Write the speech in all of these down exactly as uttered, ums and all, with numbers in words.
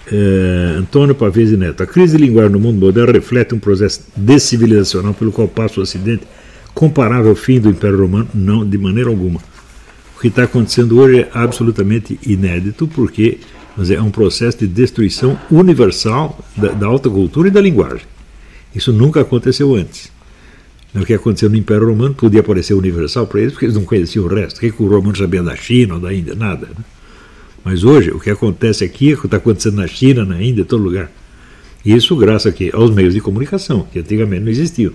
É, Antônio Pavese Neto. A crise de linguagem no mundo moderno reflete um processo descivilizacional pelo qual passa o Ocidente, comparável ao fim do Império Romano? Não, de maneira alguma. O que está acontecendo hoje é absolutamente inédito, porque é um processo de destruição universal da, da alta cultura e da linguagem. Isso nunca aconteceu antes. O que aconteceu no Império Romano podia parecer universal para eles, porque eles não conheciam o resto. O que, que o romano sabia da China ou da Índia? Nada. Né? Mas hoje, o que acontece aqui é o que está acontecendo na China, na Índia, em todo lugar. Isso graças aqui aos meios de comunicação, que antigamente não existiam.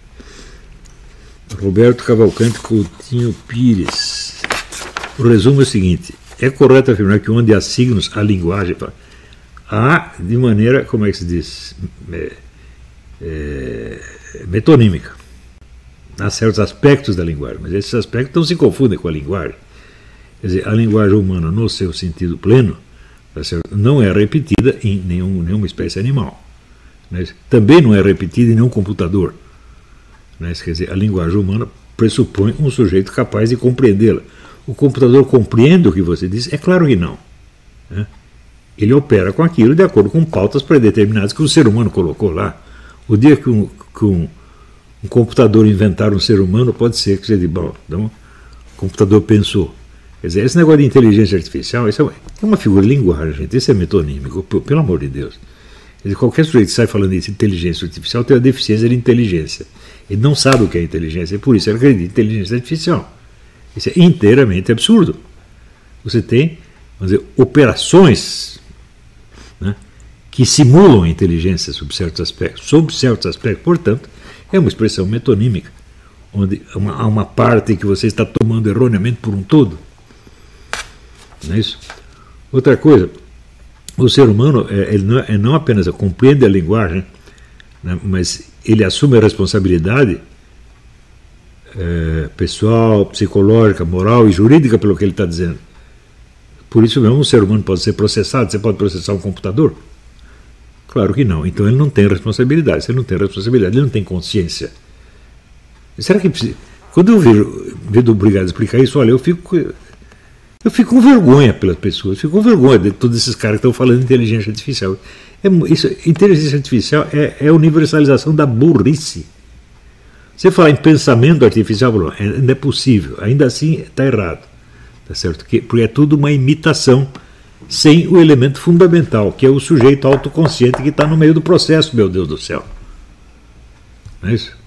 Roberto Cavalcante Coutinho Pires. O resumo é o seguinte: é correto afirmar que onde há signos, há linguagem. Há, de maneira, como é que se diz, é, é, metonímica. Há certos aspectos da linguagem, mas esses aspectos não se confundem com a linguagem. Quer dizer, a linguagem humana, no seu sentido pleno, não é repetida em nenhum, nenhuma espécie animal. Né? Também não é repetida em nenhum computador. Né? Quer dizer, a linguagem humana pressupõe um sujeito capaz de compreendê-la. O computador compreende o que você diz? É claro que não. Né? Ele opera com aquilo de acordo com pautas predeterminadas que o ser humano colocou lá. O dia que um, que um, um computador inventar um ser humano, pode ser que você diga, bom, então, o computador pensou. Quer dizer, esse negócio de inteligência artificial, isso é uma figura de linguagem, gente, isso é metonímico, pelo amor de Deus. Quer dizer, qualquer sujeito que sai falando de inteligência artificial tem a deficiência de inteligência. Ele não sabe o que é inteligência, e por isso ele acredita em inteligência artificial. Isso é inteiramente absurdo. Você tem, vamos dizer, operações, né, que simulam a inteligência sob certos aspectos. Sob certos aspectos, portanto, é uma expressão metonímica, onde há uma, uma parte que você está tomando erroneamente por um todo. Não é isso? Outra coisa, o ser humano é, ele não, é, não apenas compreende a linguagem, né, mas ele assume a responsabilidade é, pessoal, psicológica, moral e jurídica pelo que ele está dizendo. Por isso mesmo, um ser humano pode ser processado. Você pode processar um computador? Claro que não. Então ele não tem responsabilidade. Se ele não tem responsabilidade, ele não tem consciência. Será que precisa? Quando eu vejo, vejo obrigado a explicar isso, olha, eu fico, eu fico com vergonha pelas pessoas, eu fico com vergonha de todos esses caras que estão falando de inteligência artificial. É, isso, inteligência artificial é, é a universalização da burrice. Você falar em pensamento artificial, não é possível. Ainda assim está errado. Tá certo? Porque é tudo uma imitação sem o elemento fundamental, que é o sujeito autoconsciente que está no meio do processo, meu Deus do céu. Não é isso?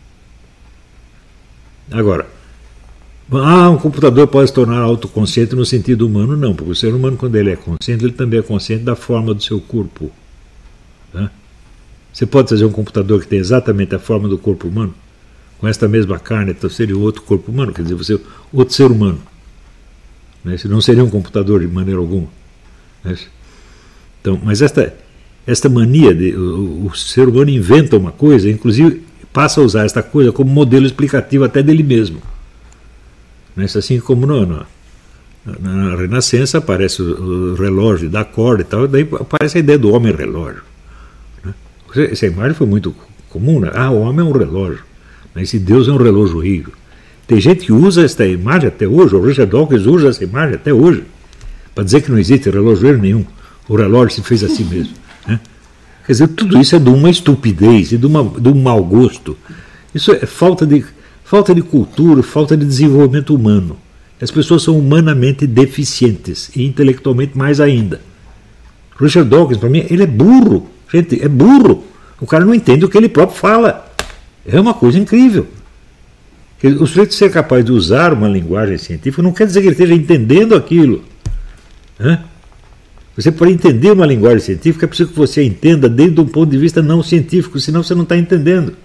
Agora, ah, um computador pode se tornar autoconsciente no sentido humano? Não, porque o ser humano, quando ele é consciente, ele também é consciente da forma do seu corpo. Tá? Você pode fazer um computador que tem exatamente a forma do corpo humano, com esta mesma carne, então seria outro corpo humano, quer dizer, você outro ser humano. Né? Não seria um computador de maneira alguma. Né? Então, mas esta, esta mania de o, o ser humano inventa uma coisa, inclusive passa a usar esta coisa como modelo explicativo até dele mesmo. Né? Assim como no, no, na, na Renascença aparece o, o relógio da corda e tal, daí aparece a ideia do homem relógio. Né? Essa imagem foi muito comum, né? Ah, o homem é um relógio, né? Esse Deus é um relógio rio. Tem gente que usa esta imagem até hoje, o Richard Dawkins usa essa imagem até hoje, para dizer que não existe relojoeiro nenhum. O relógio se fez assim mesmo. Né? Quer dizer, tudo isso é de uma estupidez, de, uma, de um mau gosto. Isso é falta de, falta de cultura, falta de desenvolvimento humano. As pessoas são humanamente deficientes, e intelectualmente mais ainda. Richard Dawkins, para mim, ele é burro. Gente, é burro. O cara não entende o que ele próprio fala. É uma coisa incrível. O sujeito ser capaz de usar uma linguagem científica não quer dizer que ele esteja entendendo aquilo. Hã? Você, para entender uma linguagem científica, é preciso que você entenda desde um ponto de vista não científico, senão você não está entendendo.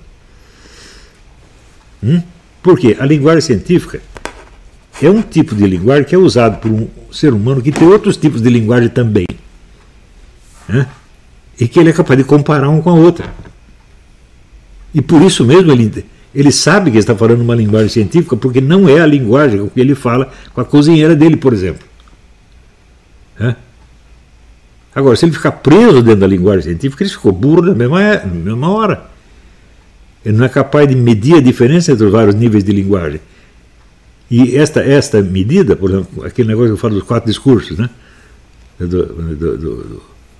Hum? Por quê? A linguagem científica é um tipo de linguagem que é usado por um ser humano que tem outros tipos de linguagem também. Hã? E que ele é capaz de comparar um com a outra. E por isso mesmo ele... Ele sabe que está falando uma linguagem científica porque não é a linguagem que ele fala com a cozinheira dele, por exemplo. É? Agora, se ele ficar preso dentro da linguagem científica, ele ficou burro na mesma, na mesma hora. Ele não é capaz de medir a diferença entre os vários níveis de linguagem. E esta, esta medida, por exemplo, aquele negócio que eu falo dos quatro discursos, né? do, do, do,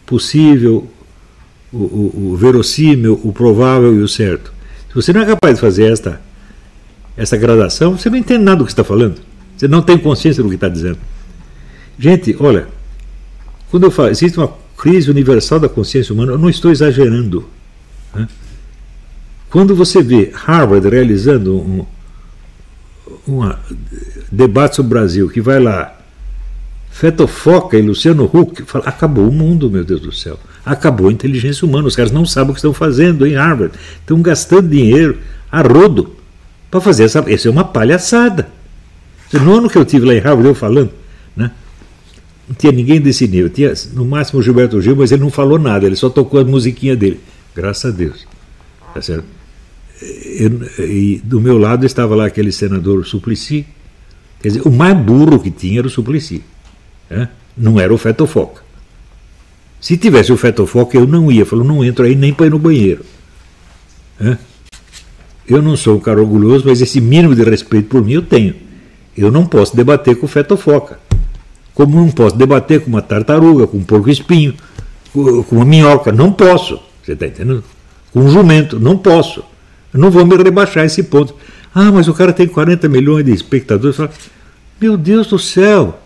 possível, o, o, o verossímil, o provável e o certo. Se você não é capaz de fazer esta, esta gradação, você não entende nada do que está falando. Você não tem consciência do que está dizendo. Gente, olha, quando eu falo, existe uma crise universal da consciência humana, eu não estou exagerando. Né? Quando você vê Harvard realizando um, um debate sobre o Brasil, que vai lá, Fetofoca e Luciano Huck, fala, acabou o mundo, meu Deus do céu. Acabou a inteligência humana. Os caras não sabem o que estão fazendo em Harvard. Estão gastando dinheiro a rodo para fazer essa. Isso é uma palhaçada. No ano que eu estive lá em Harvard, eu falando, né? Não tinha ninguém desse nível. Tinha no máximo o Gilberto Gil, mas ele não falou nada. Ele só tocou a musiquinha dele. Graças a Deus. Tá certo? Eu, e do meu lado estava lá aquele senador Suplicy. Quer dizer, o mais burro que tinha era o Suplicy. É? Não era o Fetofoca. Se tivesse o Fetofoca, eu não ia. Falou, não entro aí nem para ir no banheiro. É? Eu não sou um cara orgulhoso, mas esse mínimo de respeito por mim eu tenho. Eu não posso debater com o Fetofoca. Como não posso debater com uma tartaruga, com um porco-espinho, com uma minhoca. Não posso. Você está entendendo? Com um jumento. Não posso. Eu não vou me rebaixar a esse ponto. Ah, mas o cara tem quarenta milhões de espectadores. Fala, meu Deus do céu.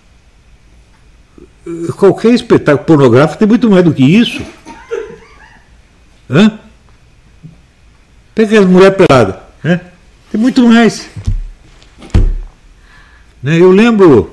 Qualquer espetáculo pornográfico tem muito mais do que isso. Hã? Pega as mulheres peladas. Né? Tem muito mais. Né? Eu lembro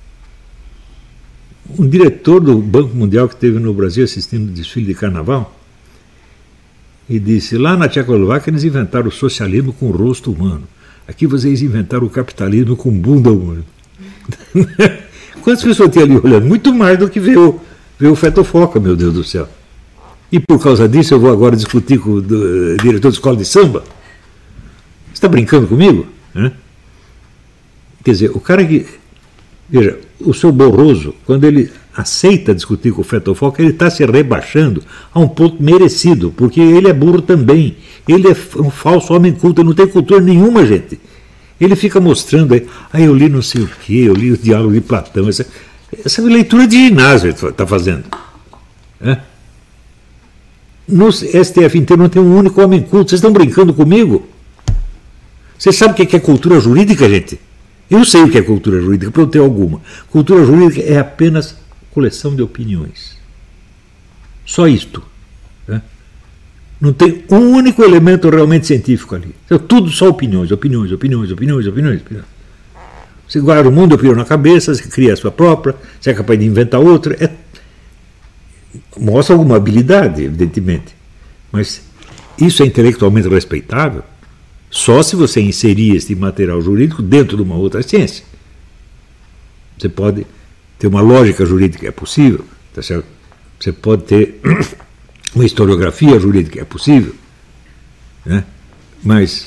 um diretor do Banco Mundial que esteve no Brasil assistindo o desfile de carnaval e disse, lá na Tchecoslováquia eles inventaram o socialismo com o rosto humano. Aqui vocês inventaram o capitalismo com bunda humana. Quantas pessoas tem ali olhando? Muito mais do que ver o, ver o Fetofoca, meu Deus do céu. E por causa disso eu vou agora discutir com o do, diretor de escola de samba? Você está brincando comigo? Né? Quer dizer, o cara que... Veja, o seu Borroso, quando ele aceita discutir com o Fetofoca, ele está se rebaixando a um ponto merecido, porque ele é burro também. Ele é um falso homem culto, ele não tem cultura nenhuma, gente. Ele fica mostrando aí, ah, eu li não sei o quê, eu li o Diálogo de Platão, essa, essa leitura de ginásio ele está fazendo. É? No S T F inteiro não tem um único homem culto, vocês estão brincando comigo? Vocês sabem o que é cultura jurídica, gente? Eu sei o que é cultura jurídica, para eu ter alguma. Cultura jurídica é apenas coleção de opiniões. Só isto. É? Não tem um único elemento realmente científico ali. É tudo só opiniões, opiniões, opiniões, opiniões, opiniões. opiniões. Você guarda o mundo, opinião na cabeça, você cria a sua própria, você é capaz de inventar outra. É... Mostra alguma habilidade, evidentemente. Mas isso é intelectualmente respeitável só se você inserir esse material jurídico dentro de uma outra ciência. Você pode ter uma lógica jurídica, é possível. Tá certo? Você pode ter... uma historiografia jurídica, é possível, né? Mas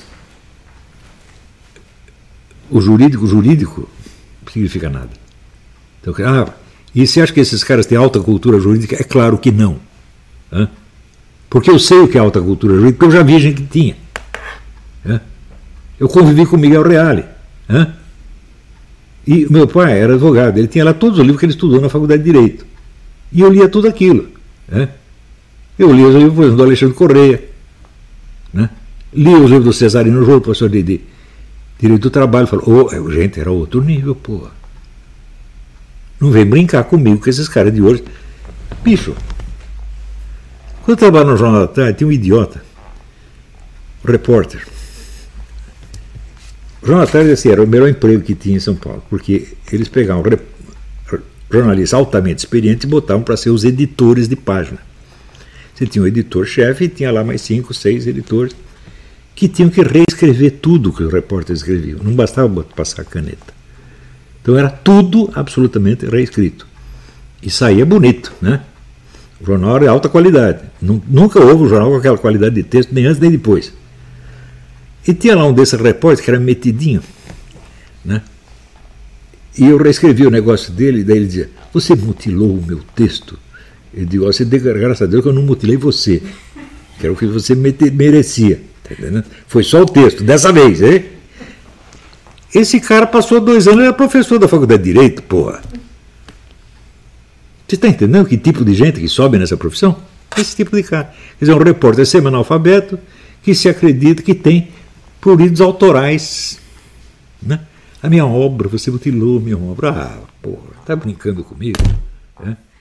o jurídico, jurídico, não significa nada. Então, ah, e você acha que esses caras têm alta cultura jurídica? É claro que não. Né? Porque eu sei o que é alta cultura jurídica, porque eu já vi gente que tinha. Né? Eu convivi com Miguel Reale. Né? E meu pai era advogado, ele tinha lá todos os livros que ele estudou na Faculdade de Direito. E eu lia tudo aquilo. Né? Eu li os livros do Alexandre Correia, né? Li os livros do Cesarino Joro, professor de, de Direito do Trabalho, falou, oh, gente, era outro nível, porra. Não vem brincar comigo com esses caras de hoje. Bicho, quando eu trabalhava no Jornal da Tarde, tinha um idiota, um repórter. O Jornal da Tarde assim, era o melhor emprego que tinha em São Paulo, porque eles pegavam rep... jornalistas altamente experientes e botavam para ser os editores de página. Você tinha um editor-chefe e tinha lá mais cinco, seis editores que tinham que reescrever tudo que os repórteres escreviam. Não bastava passar a caneta. Então era tudo absolutamente reescrito. E saía bonito, né? O jornal era de alta qualidade. Nunca houve um jornal com aquela qualidade de texto, nem antes nem depois. E tinha lá um desses repórteres que era metidinho, né? E eu reescrevi o negócio dele, e daí ele dizia, você mutilou o meu texto? Eu digo, você dê graças a Deus que eu não mutilei você, que era o que você merecia. Tá entendendo? Foi só o texto, dessa vez, hein? Esse cara passou dois anos, ele era professor da Faculdade de Direito, porra. Você está entendendo que tipo de gente que sobe nessa profissão? Esse tipo de cara. Quer dizer, um repórter semi-analfabeto que se acredita que tem pruridos autorais. Né? A minha obra, você mutilou a minha obra. Ah, porra, tá brincando comigo? Né?